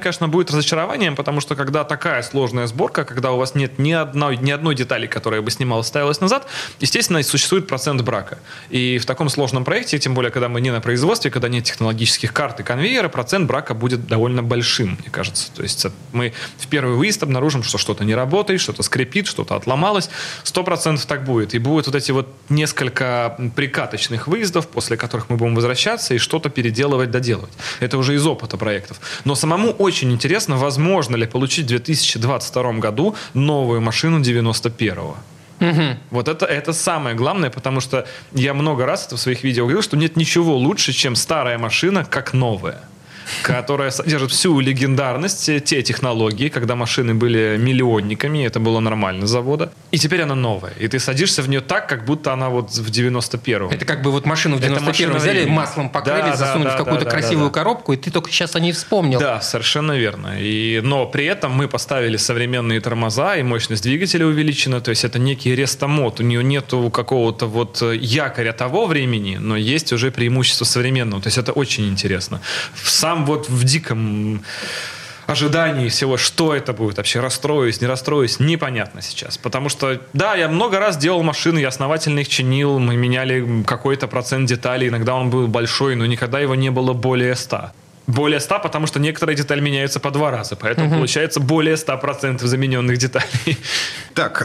конечно, будет разочарованием, потому что когда такая сложная сборка, когда у вас нет ни одной, ни одной детали, которая бы снималась, ставилась назад, естественно, существует процент брака. И в таком сложном проекте, тем более, когда мы не на производстве, когда нет технологических карт и конвейера, процент брака будет довольно большим, мне кажется. То есть мы в первый выезд обнаружим, что что-то не работает, что-то скрипит, что-то отломалось. Сто процентов так будет. И будут вот эти вот несколько прикаточных выездов, после которых мы будем возвращаться и что-то переделывать, доделывать. Это уже из опыта проектов. Но самому очень интересно, возможно ли получить в две тысячи двадцать втором году новую машину девяносто первого. Угу. Вот это, это самое главное, потому что я много раз это в своих видео говорил, что нет ничего лучше, чем старая машина как новая, которая содержит всю легендарность, те технологии, когда машины были миллионниками, это было нормально завода. И теперь она новая. И ты садишься в нее так, как будто она вот в девяносто первом. Это как бы вот машину в девяносто первом взяли, времени. Маслом покрыли, да, засунули да, в какую-то да, красивую да, да. коробку, и ты только сейчас о ней вспомнил. Да, совершенно верно. И, но при этом мы поставили современные тормоза, и мощность двигателя увеличена. То есть это некий рестомод. У нее нету какого-то вот якоря того времени, но есть уже преимущество современного. То есть это очень интересно. Сам вот в диком ожидании всего, что это будет вообще, расстроюсь, не расстроюсь, непонятно сейчас. Потому что, да, я много раз делал машины, я основательно их чинил, мы меняли какой-то процент деталей, иногда он был большой, но никогда его не было более ста. Более ста, потому что некоторые детали меняются по два раза. Поэтому угу. получается более ста процентов замененных деталей. Так,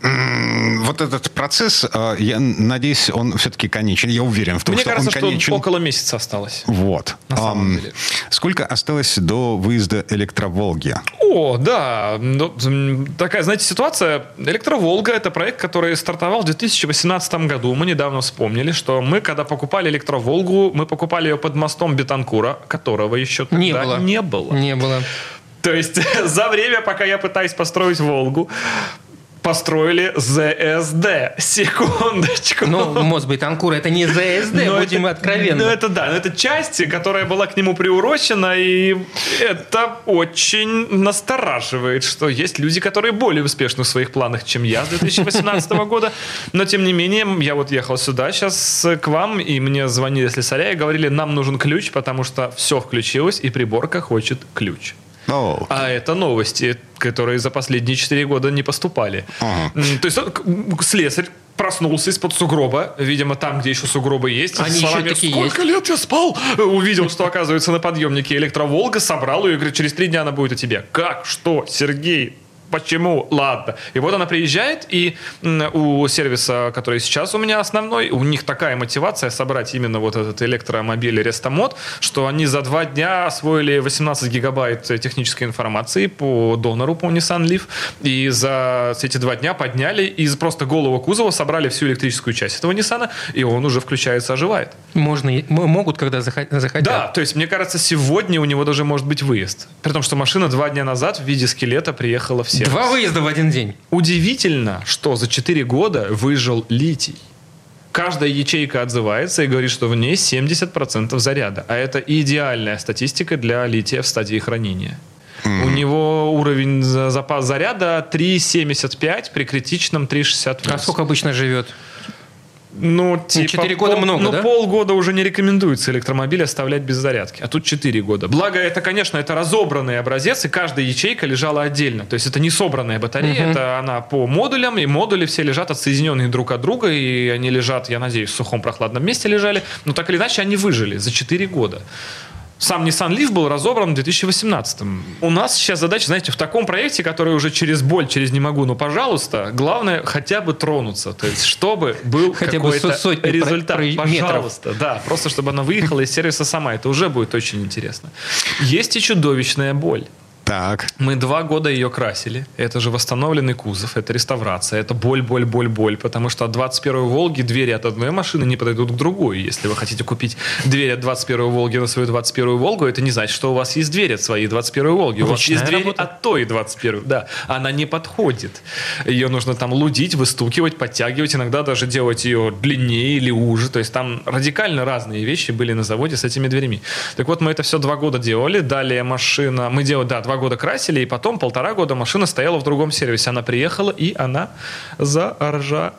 э, вот этот процесс, э, я надеюсь, он все-таки конечен. Я уверен в том, Мне что кажется, он конечен. Что около месяца осталось. Вот. На самом э, деле. Сколько осталось до выезда электроволги? О, да. Такая, знаете, ситуация. Электроволга — это проект, который стартовал в две тысячи восемнадцатом году. Мы недавно вспомнили, что мы, когда покупали электроволгу, мы покупали ее под мостом Бетанкура, которого еще тогда не было. Не было. Не было. То есть за время, пока я пытаюсь построить «Волгу», построили ЗСД. Секундочку. Ну, мост Бетанкура — это не ЗСД, но будем это, откровенны. Ну, это да. Но это часть, которая была к нему приурочена, и это очень настораживает, что есть люди, которые более успешны в своих планах, чем я с две тысячи восемнадцатого года. Но, тем не менее, я вот ехал сюда сейчас к вам, и мне звонили слесаря и говорили, нам нужен ключ, потому что все включилось, и приборка хочет ключ. Oh. А это новости, которые за последние четыре года не поступали. Uh-huh. То есть слесарь проснулся из-под сугроба, видимо, там, где еще сугробы есть. Они еще словами, такие сколько есть? лет я спал? Увидел, что, оказывается, на подъемнике электроволга, собрал ее и говорит, через три дня она будет у тебя. Как? Что? Сергей? Почему? Ладно. И вот она приезжает, и у сервиса, который сейчас у меня основной, у них такая мотивация собрать именно вот этот электромобиль Рестомод, что они за два дня освоили восемнадцать гигабайт технической информации по донору, по Nissan Leaf, и за эти два дня подняли из просто голого кузова собрали всю электрическую часть этого Nissan, и он уже включается, оживает. Можно, могут, когда захотят. Да, то есть, мне кажется, сегодня у него даже может быть выезд. При том, что машина два дня назад в виде скелета приехала в сервис. Два выезда в один день. Удивительно, что за четыре года выжил литий. Каждая ячейка отзывается и говорит, что в ней семьдесят процентов заряда. А это идеальная статистика для лития в стадии хранения. Mm-hmm. У него уровень запас заряда три семьдесят пять, при критичном три шестьдесят восемь. А сколько обычно живет? Ну, типа, четыре года пол, много, ну, да? полгода уже не рекомендуется электромобиль оставлять без зарядки. А тут четыре года. Благо, это, конечно, это разобранный образец, и каждая ячейка лежала отдельно. То есть это не собранная батарея, uh-huh. это она по модулям, и модули все лежат отсоединенные друг от друга, и они лежат, я надеюсь, в сухом прохладном месте лежали. Но так или иначе они выжили за четыре года. Сам Nissan Leaf был разобран в две тысячи восемнадцатом. У нас сейчас задача, знаете, в таком проекте, который уже через боль, через не могу, ну, пожалуйста, главное хотя бы тронуться. То есть, чтобы был хотя какой-то результат. Про- про- пожалуйста, метров. Да, просто чтобы она выехала из сервиса сама. Это уже будет очень интересно. Есть и чудовищная боль. Так. Мы два года ее красили. Это же восстановленный кузов, это реставрация, это боль, боль, боль, боль. Потому что от двадцать первой «Волги» двери от одной машины не подойдут к другой. Если вы хотите купить дверь от двадцать первой «Волги» на свою двадцать первую «Волгу», это не значит, что у вас есть дверь от своей двадцать первой «Волги». У вас есть дверь работа. От той двадцать первой. Да, она не подходит. Ее нужно там лудить, выстукивать, подтягивать, иногда даже делать ее длиннее или уже. То есть там радикально разные вещи были на заводе с этими дверями. Так вот, мы это все два года делали. Далее машина... Мы делали, да, два года года красили, и потом полтора года машина стояла в другом сервисе. Она приехала, и она заржавела.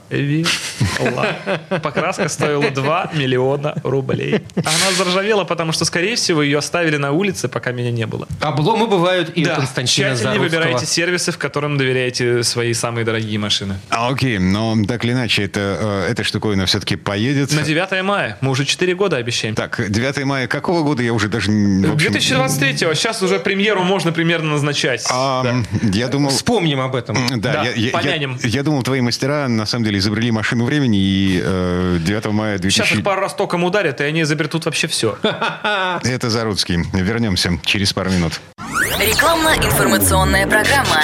Покраска стоила два миллиона рублей. Она заржавела, потому что, скорее всего, ее оставили на улице, пока меня не было. Обломы бывают и да. у Константина Тщательно Заруцкого. выбирайте сервисы, в котором доверяете свои самые дорогие машины. А, окей, но так или иначе, это, эта штуковина все-таки поедет. На девятое мая. Мы уже четыре года обещаем. Так, девятое мая какого года? Я уже даже... В общем... две тысячи двадцать третьего. Сейчас уже премьеру можно примерно назначать. А, да. Я думал... Вспомним об этом. Да, Да, я, я, помянем. Я, я думал, твои мастера на самом деле изобрели машину времени, и э, девятого мая две тысячи... Сейчас их пару раз током ударят, и они изобретут вообще все. Это Заруцкий. Вернемся через пару минут. Рекламно-информационная программа.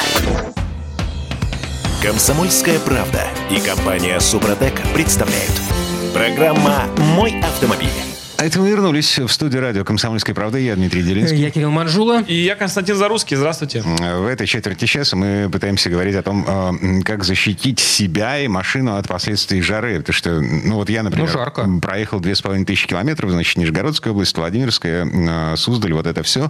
«Комсомольская правда» и компания «Супротек» представляют. Программа «Мой автомобиль». А это мы вернулись в студию радио «Комсомольская правда». Я Дмитрий Делинский. Я Кирилл Манжула. И я Константин Заруцкий. Здравствуйте. В этой четверти часа мы пытаемся говорить о том, как защитить себя и машину от последствий жары. Потому что, ну вот я, например, ну, жарко. проехал две с половиной тысячи километров, значит, Нижегородская область, Владимирская, Суздаль, вот это все.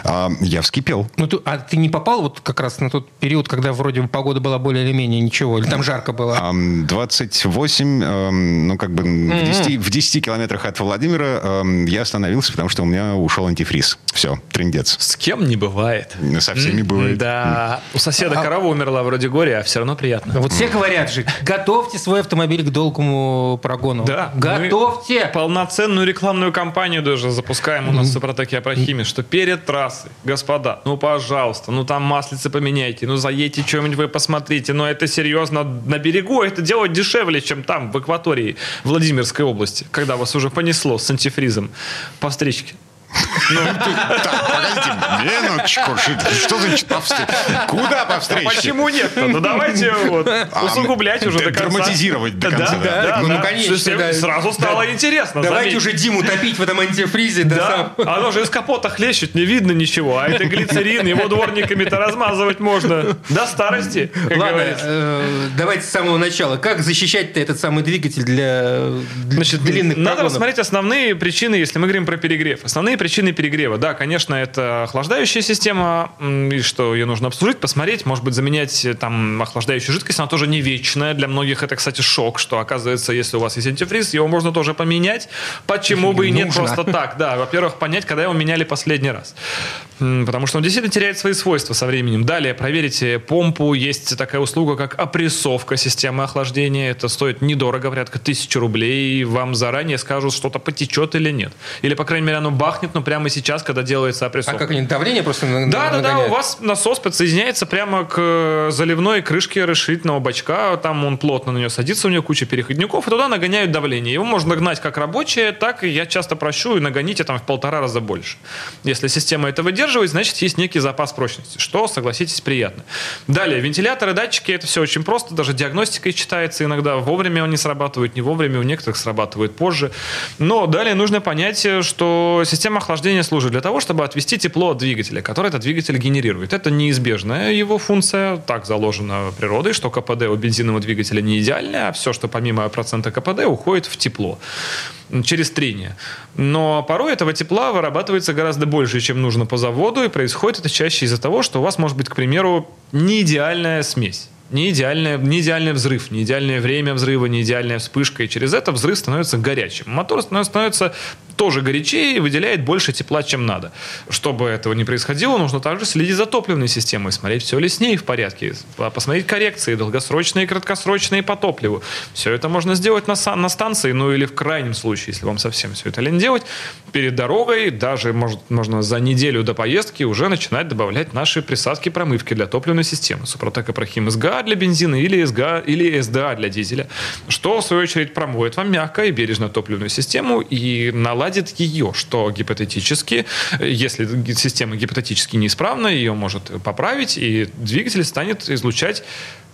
Я вскипел. Ну, ты, а ты не попал вот как раз на тот период, когда вроде бы погода была более или менее ничего? Или там жарко было? двадцать восемь, ну как бы mm-hmm. в, десяти, в десяти километрах от Владимира я остановился, потому что у меня ушел антифриз. Все, трындец. С кем не бывает. Со всеми бывает. Да. У соседа корова умерла вроде горя, а все равно приятно. Вот все говорят же, готовьте свой автомобиль к долгому прогону. Да. Готовьте! Полноценную рекламную кампанию даже запускаем у нас в Супротеке Апрахиме, что перед трассой, господа, ну пожалуйста, ну там маслицы поменяйте, ну заедьте что-нибудь вы посмотрите, но это серьезно на берегу, это делать дешевле, чем там в акватории Владимирской области, когда вас уже понесло с антифризом по встречке. Ну, так, погодите, минуточку. Что значит по встречке? Куда по встречке? А почему нет-то? Ну, давайте вот усугублять уже до конца. Драматизировать до конца. Да, да, ну, да. конечно, да. Сразу стало интересно. Давайте уже Диму топить в этом антифризе. Да, оно же из капота хлещет, не видно ничего. А это глицерин, его дворниками-то размазывать можно до старости, как Ладно, говорится. э, давайте с самого начала. Как защищать-то этот самый двигатель для, для Значит, длинных надо прогонов? рассмотреть основные причины, если мы говорим про перегрев. Основные причины перегрева. Да, конечно, это охлаждающая система, и что ее нужно обслужить, посмотреть, может быть, заменять там охлаждающую жидкость. Она тоже не вечная. Для многих это, кстати, шок, что, оказывается, если у вас есть антифриз, его можно тоже поменять. Почему бы и нет просто так? Да, во-первых, понять, когда его меняли последний раз. Потому что он действительно теряет свои свойства со временем. Далее проверите помпу. Есть такая услуга, как опрессовка системы охлаждения. Это стоит недорого, порядка тысячи рублей. Вам заранее скажут, что-то потечет или нет. Или, по крайней мере, оно бахнет, но прямо сейчас, когда делается опрессовка. А как они, давление просто Да, да, да, нагоняют? у вас насос подсоединяется прямо к заливной крышке расширительного бачка, там он плотно на нее садится, у нее куча переходников, и туда нагоняют давление. Его можно гнать как рабочее, так и я часто прощу, и нагоните там в полтора раза больше. Если система это выдерживает, значит, есть некий запас прочности, что, согласитесь, приятно. Далее, вентиляторы, датчики, это все очень просто, даже диагностикой читается иногда, вовремя они срабатывают, не вовремя, у некоторых срабатывают позже. Но далее нужно понять, что система охлаждения служит для того, чтобы отвести тепло от двигателя, который этот двигатель генерирует. Это неизбежная его функция, так заложено природой, что КПД у бензинового двигателя не идеальное, а все, что помимо процента КПД, уходит в тепло через трение. Но порой этого тепла вырабатывается гораздо больше, чем нужно по заводу, и происходит это чаще из-за того, что у вас может быть, к примеру, не идеальная смесь. Не, идеальная, не идеальный взрыв, не идеальное время взрыва, не идеальная вспышка. И через это взрыв становится горячим. Мотор становится тоже горячее и выделяет больше тепла, чем надо. Чтобы этого не происходило, нужно также следить за топливной системой, смотреть, все ли с ней в порядке, посмотреть коррекции, долгосрочные и краткосрочные по топливу. Все это можно сделать на, на станции, ну или в крайнем случае, если вам совсем все это лень делать, перед дорогой, даже может, можно за неделю до поездки уже начинать добавлять наши присадки-промывки для топливной системы. Супротек Апрахим СГА для бензина или, СГА, или СДА для дизеля, что в свою очередь промоет вам мягко и бережно топливную систему и наладит ее, что гипотетически, если система гипотетически неисправна, ее может поправить, и двигатель станет излучать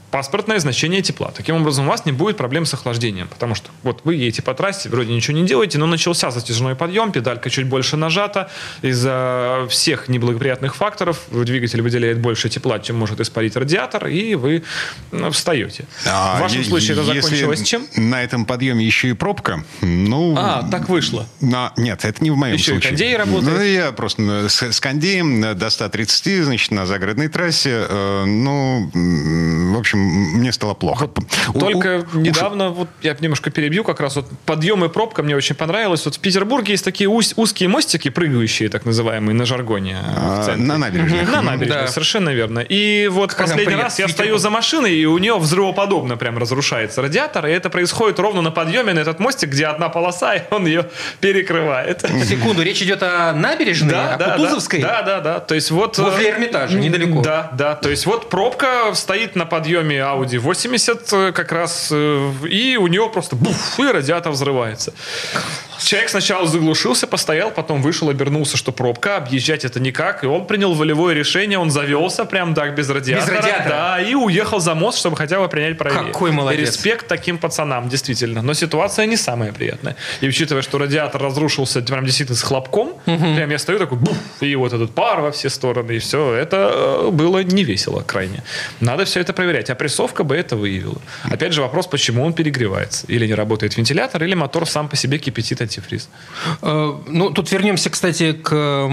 паспортное значение тепла. Таким образом, у вас не будет проблем с охлаждением, потому что вот вы едете по трассе, вроде ничего не делаете, но начался затяжной подъем, педалька чуть больше нажата, из-за всех неблагоприятных факторов двигатель выделяет больше тепла, чем может испарить радиатор, и вы встаете. А, в вашем е- случае это закончилось чем? На этом подъеме еще и пробка, ну... А, так вышло. На, нет, это не в моем еще случае. Еще и кондей работает? Ну, я просто с, с кондеем до ста тридцати, значит, на загородной трассе, э, ну, в общем, мне стало плохо. Вот только у, недавно, у... вот я немножко перебью, как раз вот подъем и пробка мне очень понравилось. Вот в Петербурге есть такие уз, узкие мостики, прыгающие, так называемые, на жаргоне. А, на набережной. На набережной, да. Совершенно верно. И вот как последний раз я стою за машиной, и у нее взрывоподобно прям разрушается радиатор, и это происходит ровно на подъеме на этот мостик, где одна полоса, и он ее перекрывает. Секунду, речь идет о набережной, да, о да, Кутузовской? Да, да, да. То есть вот... Возле Эрмитажа, недалеко. Да, да. То есть вот пробка стоит на подъеме Audi восемьдесят как раз, и у него просто буф, и радиатор взрывается. Человек сначала заглушился, постоял, потом вышел, обернулся, что пробка, объезжать это никак, и он принял волевое решение, он завелся прям так, без радиатора. Без радиатора? Да, и уехал за мост, чтобы хотя бы принять правее. Какой молодец. И респект таким пацанам, действительно. Но ситуация не самая приятная. И учитывая, что радиатор разрушился прям действительно с хлопком, угу. прям я стою такой, буф, и вот этот пар во все стороны, и все, это было не весело крайне. Надо все это проверять. А прессовка бы это выявила. Опять же вопрос, почему он перегревается. Или не работает вентилятор, или мотор сам по себе кипятит антифриз. Ну, тут вернемся, кстати, к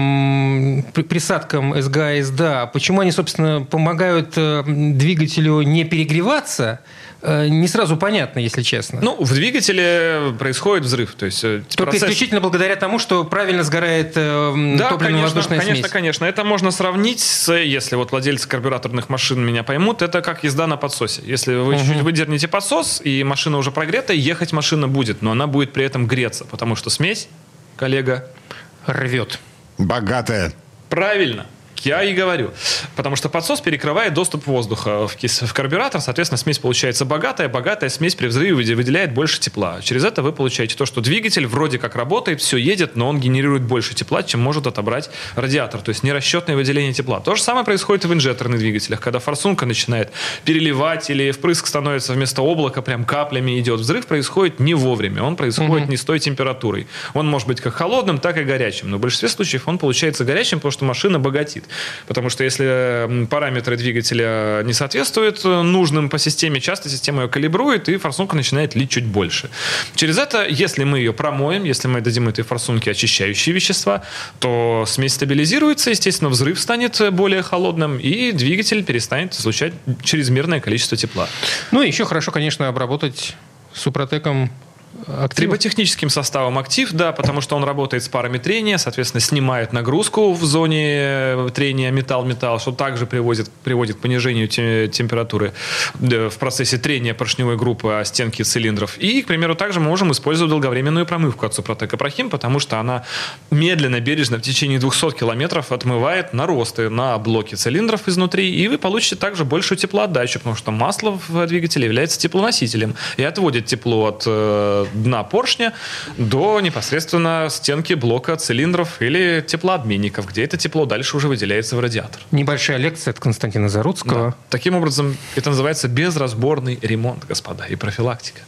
присадкам эс джи эй, эс ди эй. Почему они, собственно, помогают двигателю не перегреваться? Не сразу понятно, если честно. Ну, в двигателе происходит взрыв. То есть, Только процесс... исключительно благодаря тому, что правильно сгорает да, топливно-воздушная конечно, смесь. Конечно, конечно. Это можно сравнить с, если вот владельцы карбюраторных машин меня поймут, это как езда на подсосе. Если вы uh-huh. чуть-чуть выдернете подсос, и машина уже прогрета, ехать машина будет, но она будет при этом греться, потому что смесь, коллега, рвет. Богатая. Правильно. Я и говорю. Потому что подсос перекрывает доступ воздуха в, кис- в карбюратор. Соответственно, смесь получается богатая. Богатая смесь при взрыве выделяет больше тепла. Через это вы получаете то, что двигатель вроде как работает, все едет, но он генерирует больше тепла, чем может отобрать радиатор. То есть нерасчетное выделение тепла. То же самое происходит и в инжекторных двигателях. Когда форсунка начинает переливать или впрыск становится вместо облака, прям каплями идет. Взрыв происходит не вовремя. Он происходит угу. не с той температурой. Он может быть как холодным, так и горячим. Но в большинстве случаев он получается горячим, потому что машина богатит. Потому что если параметры двигателя не соответствуют нужным по системе, часто система ее калибрует, и форсунка начинает лить чуть больше. Через это, если мы ее промоем, если мы дадим этой форсунке очищающие вещества, то смесь стабилизируется, естественно, взрыв станет более холодным, и двигатель перестанет излучать чрезмерное количество тепла. Ну и еще хорошо, конечно, обработать супротеком актив. Триботехническим составом актив, да, потому что он работает с парами трения, соответственно, снимает нагрузку в зоне трения металл-металл, что также приводит, приводит к понижению те, температуры в процессе трения поршневой группы о стенки цилиндров. И, к примеру, также мы можем использовать долговременную промывку от Супротек Апрахим, потому что она медленно, бережно в течение двухсот километров отмывает наросты на блоке цилиндров изнутри, и вы получите также большую теплоотдачу, потому что масло в двигателе является теплоносителем и отводит тепло от дна поршня до непосредственно стенки блока цилиндров или теплообменников, где это тепло дальше уже выделяется в радиатор. Небольшая лекция от Константина Заруцкого. Да. Таким образом, это называется безразборный ремонт, господа, и профилактика.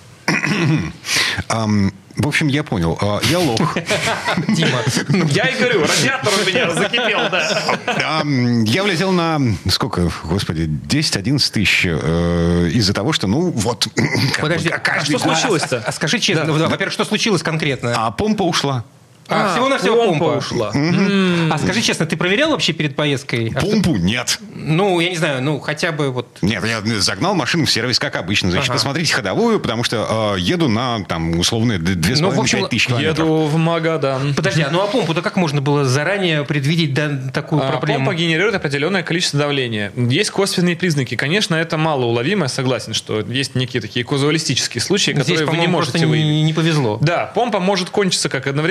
Um, в общем, я понял. Uh, я лох. Дима. Я и говорю, радиатор у меня закипел, да. Um, я влетел на, сколько, господи, десять-одиннадцать тысяч uh, из-за того, что, ну, вот... Подожди, а что случилось-то? А скажи честно, во-первых, что случилось конкретно? А помпа ушла. А, а всего-навсего помпа. помпа ушла. Mm-hmm. А скажи честно, ты проверял вообще перед поездкой? Помпу нет. Ну, я не знаю, ну, хотя бы вот... Нет, я загнал машину в сервис, как обычно. Значит, ага. посмотрите ходовую, потому что э, еду на, там, условно, две с половиной тысячи километров. Еду в Магадан. Подожди, а ну а помпу-то как можно было заранее предвидеть да, такую а, проблему? Помпа генерирует определенное количество давления. Есть косвенные признаки. Конечно, это малоуловимо, я согласен, что есть некие такие казуалистические случаи, Здесь, которые вы не можете не, выявить. не повезло. Да, помпа может кончиться как одновременно, так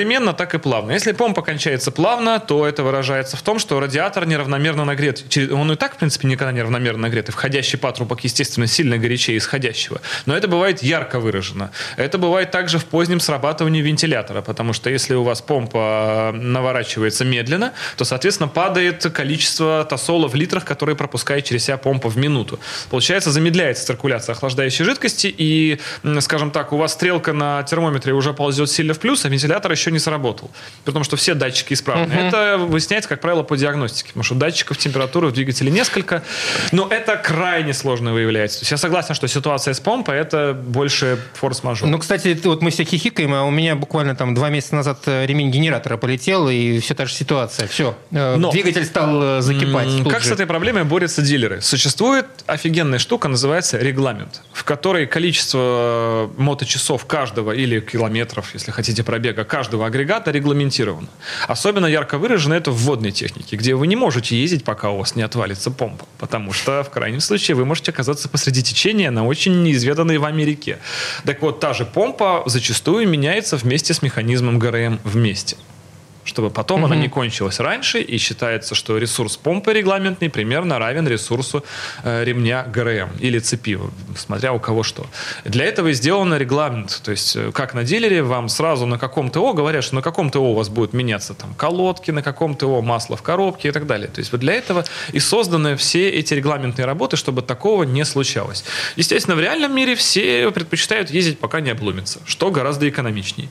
так и плавно. Если помпа кончается плавно, то это выражается в том, что радиатор неравномерно нагрет. Он и так, в принципе, никогда неравномерно нагрет. И входящий патрубок, естественно, сильно горячее исходящего. Но это бывает ярко выражено. Это бывает также в позднем срабатывании вентилятора, потому что если у вас помпа наворачивается медленно, то, соответственно, падает количество тосола в литрах, которые пропускает через себя помпа в минуту. Получается, замедляется циркуляция охлаждающей жидкости, и, скажем так, у вас стрелка на термометре уже ползет сильно в плюс, а вентилятор еще не сработал. При том, что все датчики исправны. Uh-huh. Это выясняется, как правило, по диагностике, потому что датчиков температуры в двигателе несколько, но это крайне сложно выявляется. То есть я согласен, что ситуация с помпой – это больше форс-мажор. Ну, кстати, вот мы все хихикаем, а у меня буквально там два месяца назад ремень генератора полетел, и все та же ситуация. Все, но двигатель стал закипать. Как с этой проблемой борются дилеры? Существует офигенная штука, называется регламент, в которой количество моточасов каждого или километров, если хотите, пробега каждого агрегата регламентировано. Особенно ярко выражено это в водной технике, где вы не можете ездить, пока у вас не отвалится помпа, потому что в крайнем случае вы можете оказаться посреди течения на очень неизведанной вами реке. Так вот, та же помпа зачастую меняется вместе с механизмом ГРМ вместе, чтобы потом угу. она не кончилась раньше, и считается, что ресурс помпы регламентный примерно равен ресурсу э, ремня ГРМ или цепи, смотря у кого что. Для этого и сделан регламент. То есть, как на дилере, вам сразу на каком ТО говорят, что на каком ТО у вас будут меняться там колодки, на каком ТО масло в коробке и так далее. То есть, вот для этого и созданы все эти регламентные работы, чтобы такого не случалось. Естественно, в реальном мире все предпочитают ездить, пока не обломится, что гораздо экономичнее.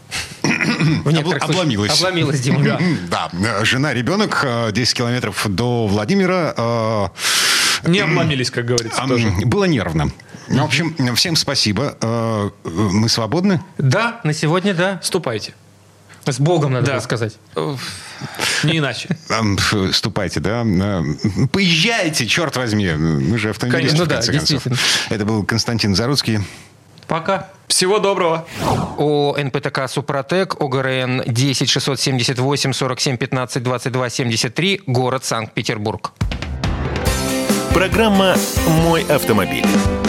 Обломилась. Обломилась, Дима. Да. да, жена, ребенок, десять километров до Владимира. Не обломились, как говорится, а, тоже. Было нервно. В общем, всем спасибо. Мы свободны? Да, на сегодня да. Ступайте. С Богом, надо да. было сказать. Не иначе. Ступайте, да. Поезжайте, черт возьми. Мы же автомобилисты, ну, в конце да, концов. Это был Константин Заруцкий. Пока. Всего доброго. ООО «НПТК Супротек», ОГРН десять шестьсот семьдесят восемь сорок семь пятнадцать двадцать два семьдесят три, город Санкт-Петербург. Программа «Мой автомобиль».